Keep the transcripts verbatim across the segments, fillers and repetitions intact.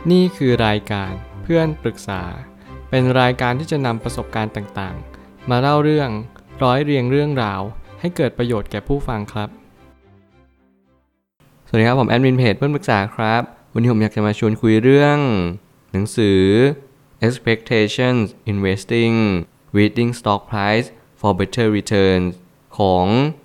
นี่คือรายการเพื่อนปรึกษาเป็นรายการที่จะนำประสบการณ์ต่างๆมาเล่าเรื่องร้อยเรียงเรื่องราวให้เกิดประโยชน์แก่ผู้ฟังครับสวัสดีครับผมแอดมินเพจเพื่อนปรึกษาครับวันนี้ผมอยากจะมาชวนคุยเรื่องหนังสือ Expectations Investing Reading Stock Price for Better Returns ของ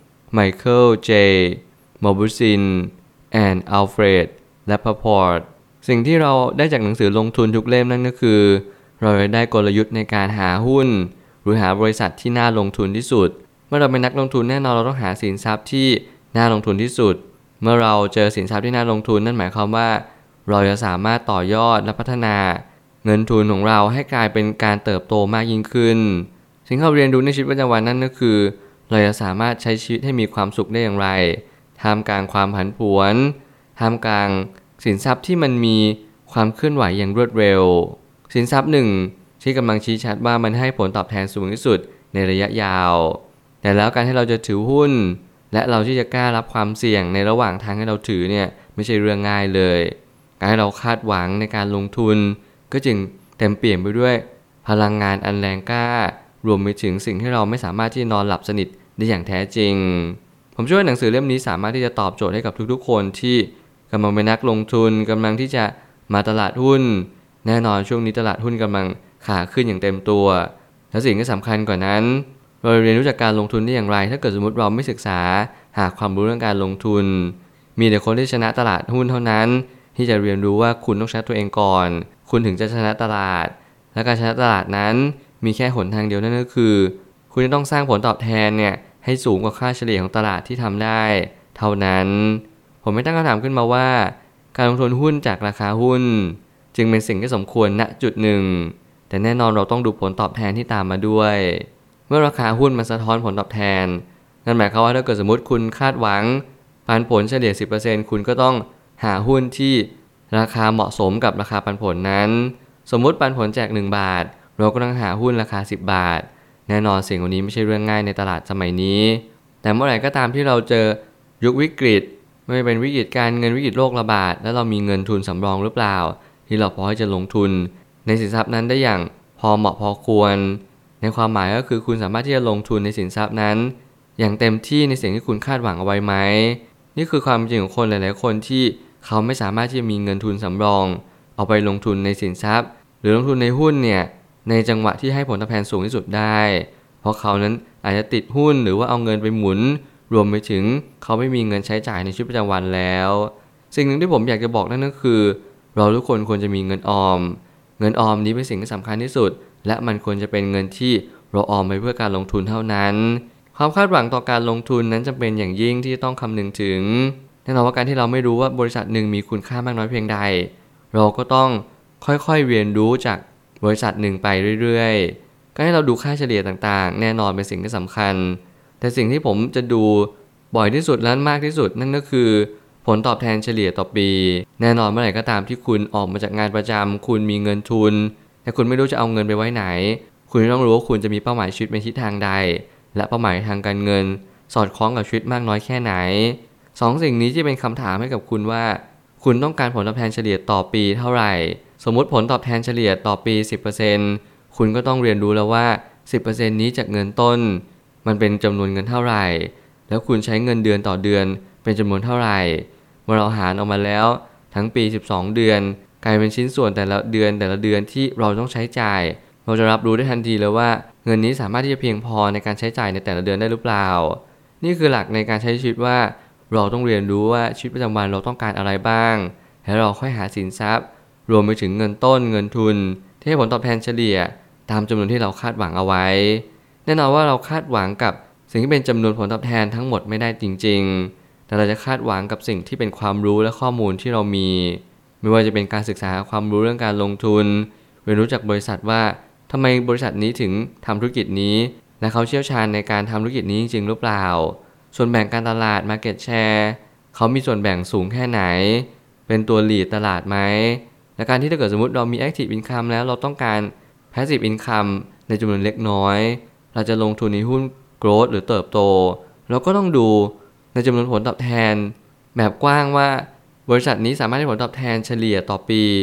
Michael J. Mauboussin and Alfred Rappaportสิ่งที่เราได้จากหนังสือลงทุนทุกเล่มนั่นก็คือเราได้กลยุทธ์ในการหาหุ้นหรือหาบริษัทที่น่าลงทุนที่สุดเมื่อเราเป็นนักลงทุนแน่นอนเราต้องหาสินทรัพย์ที่น่าลงทุนที่สุดเมื่อเราเจอสินทรัพย์ที่น่าลงทุนนั่นหมายความว่าเราจะสามารถต่อยอดและพัฒนาเงินทุนของเราให้กลายเป็นการเติบโตมากยิ่งขึ้นสิ่งที่เราเรียนรู้ในชีวิตประจำวันนั่นก็คือเราจะสามารถใช้ชีวิตให้มีความสุขได้อย่างไรท่ามกลางความผันผวนท่ามกลางสินทรัพย์ที่มันมีความเคลื่อนไหวอย่างรวดเร็วสินทรัพย์หนึ่งที่กำลังชี้ชัดว่ามันให้ผลตอบแทนสูงที่สุดในระยะยาวแต่แล้วการที่เราจะถือหุ้นและเราที่จะกล้ารับความเสี่ยงในระหว่างทางให้เราถือเนี่ยไม่ใช่เรื่องง่ายเลยการให้เราคาดหวังในการลงทุนก็จึงเต็มเปี่ยมไปด้วยพลังงานอันแรงกล้ารวมไปถึงสิ่งที่เราไม่สามารถที่นอนหลับสนิทได้อย่างแท้จริงผมเชื่อว่าหนังสือเล่มนี้สามารถที่จะตอบโจทย์ให้กับทุกๆคนที่กำลังเป็นนักลงทุนกำลังที่จะมาตลาดหุ้นแน่นอนช่วงนี้ตลาดหุ้นกำลังขาขึ้นอย่างเต็มตัวและสิ่งที่สำคัญกว่านั้นเราเรียนรู้จากการลงทุนได้อย่างไรถ้าเกิดสมมติเราไม่ศึกษาหาความรู้เรื่องการลงทุนมีแต่คนที่ชนะตลาดหุ้นเท่านั้นที่จะเรียนรู้ว่าคุณต้องชนะตัวเองก่อนคุณถึงจะชนะตลาดและการชนะตลาดนั้นมีแค่หนทางเดียวนั่นก็คือคุณจะต้องสร้างผลตอบแทนเนี่ยให้สูงกว่าค่าเฉลี่ยของตลาดที่ทำได้เท่านั้นผมไม่ตั้งคำถามขึ้นมาว่าการลงทุนหุ้นจากราคาหุ้นจึงเป็นสิ่งที่สมควรณจุดหนึ่งแต่แน่นอนเราต้องดูผลตอบแทนที่ตามมาด้วยเมื่อราคาหุ้นมันสะท้อนผลตอบแทนนั่นหมายความว่าถ้าเกิดสมมติคุณคาดหวังปันผลเฉลี่ย สิบเปอร์เซ็นต์ คุณก็ต้องหาหุ้นที่ราคาเหมาะสมกับราคาปันผลนั้นสมมุติปันผลแจกหนึ่งบาทเราก็ต้องหาหุ้นราคาสิบบาทแน่นอนสิ่งเหล่านี้ไม่ใช่เรื่องง่ายในตลาดสมัยนี้แต่เมื่อไหร่ก็ตามที่เราเจอยุควิกฤตไม่ว่าเป็นวิกฤตการเงินวิกฤตโรคระบาดแล้วเรามีเงินทุนสำรองหรือเปล่าที่เราพอที่จะลงทุนในสินทรัพย์นั้นได้อย่างพอเหมาะพอควรในความหมายก็คือคุณสามารถที่จะลงทุนในสินทรัพย์นั้นอย่างเต็มที่ในสิ่งที่คุณคาดหวังเอาไว้ไหมนี่คือความจริงของคนหลายๆคนที่เขาไม่สามารถที่จะมีเงินทุนสำรองเอาไปลงทุนในสินทรัพย์หรือลงทุนในหุ้นเนี่ยในจังหวะที่ให้ผลตอบแทนสูงที่สุดได้เพราะเขานั้นอาจจะติดหุ้นหรือว่าเอาเงินไปหมุนรวมไปถึงเขาไม่มีเงินใช้จ่ายในชีวิตประจำวันแล้วสิ่งหนึ่งที่ผมอยากจะบอกนั่นก็คือเราทุกคนควรจะมีเงินออมเงินออมนี้เป็นสิ่งที่สำคัญที่สุดและมันควรจะเป็นเงินที่เราออมไปเพื่อการลงทุนเท่านั้นความคาดหวังต่อการลงทุนนั้นจำเป็นอย่างยิ่งที่ต้องคำนึงถึงแน่นอนว่าการที่เราไม่รู้ว่าบริษัทหนึ่งมีคุณค่ามากน้อยเพียงใดเราก็ต้องค่อยๆเรียนรู้จากบริษัทหนึ่งไปเรื่อยๆการให้เราดูค่าเฉลี่ยต่างๆแน่นอนเป็นสิ่งที่สำคัญแต่สิ่งที่ผมจะดูบ่อยที่สุดและมากที่สุดนั่นก็คือผลตอบแทนเฉลี่ยต่อปีแน่นอนเมื่อไหร่ก็ตามที่คุณออกมาจากงานประจำคุณมีเงินทุนแต่คุณไม่รู้จะเอาเงินไปไว้ไหนคุณต้องรู้ว่าคุณจะมีเป้าหมายชีวิตในทิศทางใดและเป้าหมายทางการเงินสอดคล้องกับชีวิตมากน้อยแค่ไหนสองสิ่งนี้ที่เป็นคำถามให้กับคุณว่าคุณต้องการผลตอบแทนเฉลี่ยต่อปีเท่าไหร่สมมุติผลตอบแทนเฉลี่ยต่อปี สิบเปอร์เซ็นต์ คุณก็ต้องเรียนรู้แล้วว่า สิบเปอร์เซ็นต์ นี้จากเงินต้นมันเป็นจำนวนเงินเท่าไหร่แล้วคุณใช้เงินเดือนต่อเดือนเป็นจำนวนเท่าไหร่เมื่อเราหารออกมาแล้วทั้งปีสิบสองเดือนกลายเป็นชิ้นส่วนแต่ละเดือนแต่ละเดือนที่เราต้องใช้จ่ายเราจะรับรู้ได้ทันทีเลยว่าเงินนี้สามารถที่จะเพียงพอในการใช้จ่ายในแต่ละเดือนได้หรือเปล่านี่คือหลักในการใช้ชีวิตว่าเราต้องเรียนรู้ว่าชีวิตประจำวันเราต้องการอะไรบ้างแล้วเราค่อยหาสินทรัพย์รวมไปถึงเงินต้นเงินทุนที่ให้ผลตอบแทนเฉลี่ยตามจำนวนที่เราคาดหวังเอาไว้แน่นอนว่าเราคาดหวังกับสิ่งที่เป็นจำนวนผลตอบแทนทั้งหมดไม่ได้จริงๆแต่เราจะคาดหวังกับสิ่งที่เป็นความรู้และข้อมูลที่เรามีไม่ว่าจะเป็นการศึกษาความรู้เรื่องการลงทุนเรียนรู้จากบริษัทว่าทำไมบริษัทนี้ถึงทำธุรกิจนี้และเขาเชี่ยวชาญในการทำธุรกิจนี้จริงหรือเปล่าส่วนแบ่งการตลาด Market Share เขามีส่วนแบ่งสูงแค่ไหนเป็นตัว lead ตลาดไหมและการที่ถ้าเกิดสมมติเรามี Active Income แล้วเราต้องการ Passive Income ในจำนวนเล็กน้อยเราจะลงทุนในหุ้น Growth หรือเติบโตเราก็ต้องดูในจำนวนผลตอบแทนแบบกว้างว่าบริษัทนี้สามารถให้ผลตอบแทนเฉลี่ยต่อปี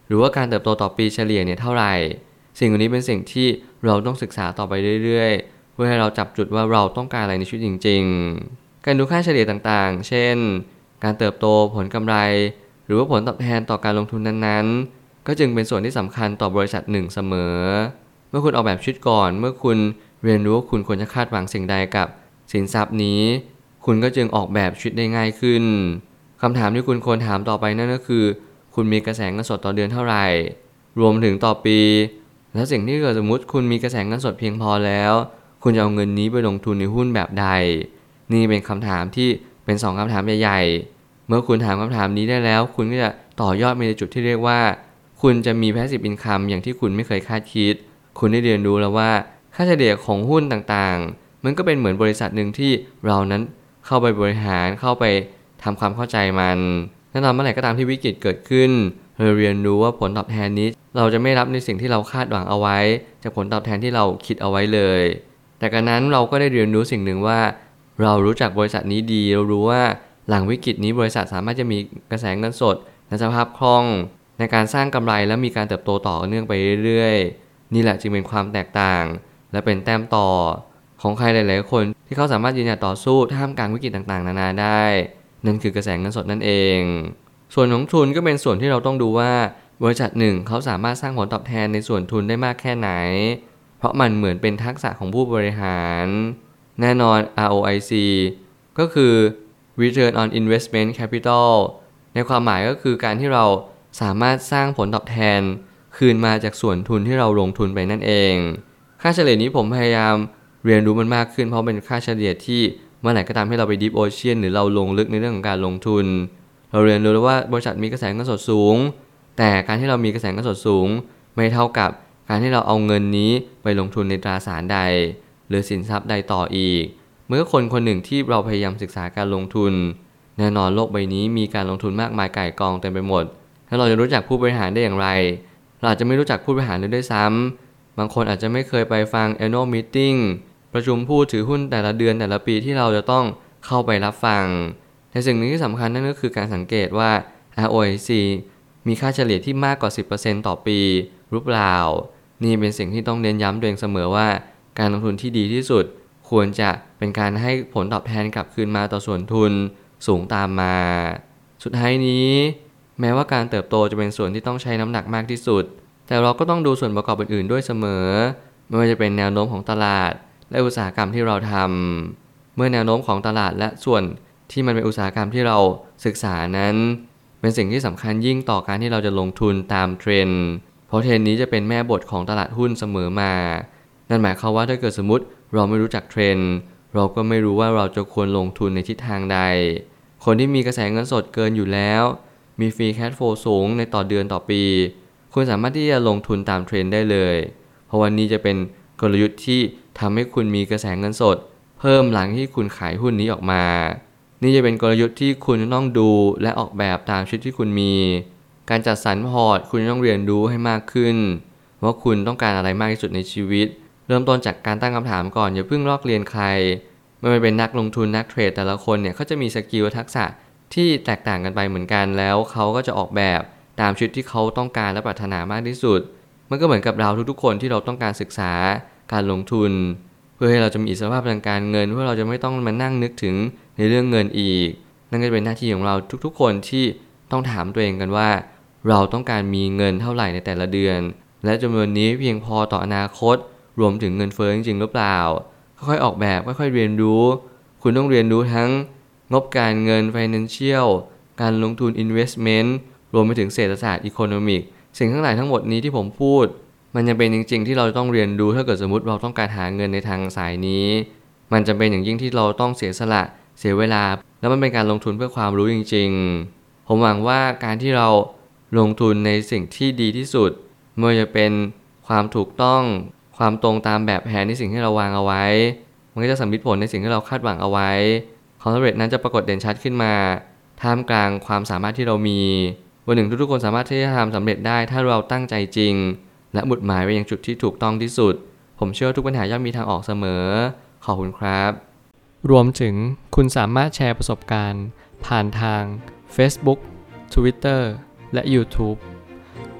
หรือว่าการเติบโตต่อปีเฉลี่ยเนี่ยเท่าไหร่สิ่งเหล่านี้เป็นสิ่งที่เราต้องศึกษาต่อไปเรื่อยๆเพื่อให้เราจับจุดว่าเราต้องการอะไรในชีวิตจริงๆการดูค่าเฉลี่ยต่างๆเช่นการเติบโตผลกำไรหรือว่าผลตอบแทนต่อการลงทุนนั้นๆก็จึงเป็นส่วนที่สำคัญต่อบริษัทหนึ่งเสมอเมื่อคุณออกแบบชีวิตก่อนเมื่อคุณเรียนรู้ว่าคุณควรจะคาดหวังสิ่งใดกับสินทรัพย์นี้คุณก็จึงออกแบบชีวิตได้ง่ายขึ้นคำถามที่คุณควรถามต่อไปนั่นก็คือคุณมีกระแสเงินสดต่อเดือนเท่าไหร่รวมถึงต่อปีและสิ่งที่เกิดสมมุติคุณมีกระแสเงินสดเพียงพอแล้วคุณจะเอาเงินนี้ไปลงทุนในหุ้นแบบใดนี่เป็นคำถามที่เป็นสองคำถามใหญ่ๆเมื่อคุณถามคำถามนี้ได้แล้วคุณก็จะต่อยอดไปในจุดที่เรียกว่าคุณจะมี Passive Income อย่างที่คุณไม่เคยคาดคิดคุณได้เรียนรู้แล้วว่าค่าเฉลี่ยของหุ้นต่างๆมันก็เป็นเหมือนบริษัทหนึ่งที่เรานั้นเข้าไปบริหารเข้าไปทำความเข้าใจมันแน่นอนเมื่อไหร่ก็ตามที่วิกฤตเกิดขึ้นเราเรียนรู้ว่าผลตอบแทนนี้เราจะไม่รับในสิ่งที่เราคาดหวังเอาไว้จากผลตอบแทนที่เราคิดเอาไว้เลยแต่การนั้นเราก็ได้เรียนรู้สิ่งหนึ่งว่าเรารู้จักบริษัทนี้ดีเรารู้ว่าหลังวิกฤตนี้บริษัทสามารถจะมีกระแสเงินสดและสภาพคล่องในการสร้างกำไรและมีการเติบโตต่อเนื่องไปเรื่อยๆนี่แหละจึงเป็นความแตกต่างและเป็นแต้มต่อของใครหลายๆคนที่เขาสามารถยืนหยัดต่อสู้ท่ามกลางวิกฤตต่างๆนานาได้นั่นคือกระแสเงินสดนั่นเองส่วนของทุนก็เป็นส่วนที่เราต้องดูว่าบริษัทหนึ่งเขาสามารถสร้างผลตอบแทนในส่วนทุนได้มากแค่ไหนเพราะมันเหมือนเป็นทักษะของผู้บริหารแน่นอน อาร์ โอ ไอ ซี ก็คือ Return on Investment Capital ในความหมายก็คือการที่เราสามารถสร้างผลตอบแทนคืนมาจากส่วนทุนที่เราลงทุนไปนั่นเองค่าเฉลี่ยนี้ผมพยายามเรียนรู้มันมากขึ้นเพราะเป็นค่าเฉลี่ยที่เมื่อไหร่ก็ตามที่เราไป Deep Ocean หรือเราลงลึกในเรื่องของการลงทุนเราเรียนรู้แล้วว่าบริษัทมีกระแสเงินสดสูงแต่การที่เรามีกระแสเงินสดสูงไม่เท่ากับการที่เราเอาเงินนี้ไปลงทุนในตราสารใดหรือสินทรัพย์ใดต่ออีกเมื่อคนคนหนึ่งที่เราพยายามศึกษาการลงทุนแน่นอนโลกใบนี้มีการลงทุนมากมายก่ายกองเต็มไปหมดถ้าเราจะรู้จักผู้บริหารได้อย่างไรเราอาจจะไม่รู้จักผู้บริหารเลยด้วยซ้ำบางคนอาจจะไม่เคยไปฟัง Annual Meeting ประชุมผู้ถือหุ้นแต่ละเดือนแต่ละปีที่เราจะต้องเข้าไปรับฟังแต่สิ่งหนึ่งที่สำคัญนั่นก็คือการสังเกตว่า อาร์ โอ ไอ ซี มีค่าเฉลี่ยที่มากกว่า สิบเปอร์เซ็นต์ ต่อปีหรือเปล่านี่เป็นสิ่งที่ต้องเน้นย้ำตัวเองเสมอว่าการลงทุนที่ดีที่สุดควรจะเป็นการให้ผลตอบแทนกลับคืนมาต่อส่วนทุนสูงตามมาสุดท้ายนี้แม้ว่าการเติบโตจะเป็นส่วนที่ต้องใช้น้ำหนักมากที่สุดแต่เราก็ต้องดูส่วนประกอบอื่นๆด้วยเสมอไม่ว่าจะเป็นแนวโน้มของตลาดและอุตสาหกรรมที่เราทำเมื่อแนวโน้มของตลาดและส่วนที่มันเป็นอุตสาหกรรมที่เราศึกษานั้นเป็นสิ่งที่สำคัญยิ่งต่อการที่เราจะลงทุนตามเทรนด์เพราะเทรนด์นี้จะเป็นแม่บทของตลาดหุ้นเสมอมานั่นหมายความว่าถ้าเกิดสมมติเราไม่รู้จักเทรนด์เราก็ไม่รู้ว่าเราจะควรลงทุนในทิศทางใดคนที่มีกระแสเงินสดเกินอยู่แล้วมีฟรีแคชโฟลว์สูงในต่อเดือนต่อปีคุณสามารถที่จะลงทุนตามเทรนด์ได้เลยเพราะวันนี้จะเป็นกลยุทธ์ที่ทำให้คุณมีกระแสเงินสดเพิ่มหลังที่คุณขายหุ้นนี้ออกมานี่จะเป็นกลยุทธ์ที่คุณต้องดูและออกแบบตามชีวิตที่คุณมีการจัดสรรพอร์ตคุณต้องเรียนรู้ให้มากขึ้นว่าคุณต้องการอะไรมากที่สุดในชีวิตเริ่มต้นจากการตั้งคำถามก่อนอย่าเพิ่งลอกเรียนใครไม่ว่าเป็นนักลงทุนนักเทรดแต่ละคนเนี่ยเขาจะมีสกิลทักษะที่แตกต่างกันไปเหมือนกันแล้วเขาก็จะออกแบบตามชีวิตที่เขาต้องการและปรารถนามากที่สุดมันก็เหมือนกับเราทุกๆคนที่เราต้องการศึกษาการลงทุนเพื่อให้เราจะมีอิสรภาพทางการเงินเพื่อเราจะไม่ต้องมานั่งนึกถึงในเรื่องเงินอีกนั่นก็เป็นหน้าที่ของเราทุกๆคนที่ต้องถามตัวเองกันว่าเราต้องการมีเงินเท่าไหร่ในแต่ละเดือนและจำนวนนี้เพียงพอต่ออนาคตรวมถึงเงินเฟ้อจริงๆหรือเปล่าค่อยๆออกแบบค่อยๆเรียนรู้คุณต้องเรียนรู้ทั้งงบการเงิน Financial การลงทุน Investment รวมไปถึงเศรษฐศาสตร์ Economic สิ่งทั้งหลายทั้งหมดนี้ที่ผมพูดมันยังเป็นจริงๆที่เราต้องเรียนรู้ถ้าเกิดสมมติเราต้องการหาเงินในทางสายนี้มันจำเป็นอย่างยิ่งที่เราต้องเสียสละเสียเวลาแล้วมันเป็นการลงทุนเพื่อความรู้จริงๆผมหวังว่าการที่เราลงทุนในสิ่งที่ดีที่สุดไม่ว่าจะเป็นความถูกต้องความตรงตามแบบแผนในสิ่งที่เราวางเอาไว้มันก็จะสำลิดผลในสิ่งที่เราคาดหวังเอาไว้ความสำเร็จนั้นจะปรากฏเด่นชัดขึ้นมาท่ามกลางความสามารถที่เรามีวันหนึ่งทุกๆคนสามารถที่จะทำสำเร็จได้ถ้าเราตั้งใจจริงและมุ่งหมายไปยังจุดที่ถูกต้องที่สุดผมเชื่อว่าทุกปัญหาย่อมมีทางออกเสมอขอบคุณครับรวมถึงคุณสามารถแชร์ประสบการณ์ผ่านทาง Facebook Twitter และ YouTube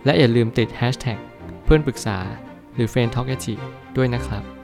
และอย่าลืมติด แฮชแท็ก เพื่อนปรึกษาหรือ เฟรนด์ ทอล์ก แอท จี ด้วยนะครับ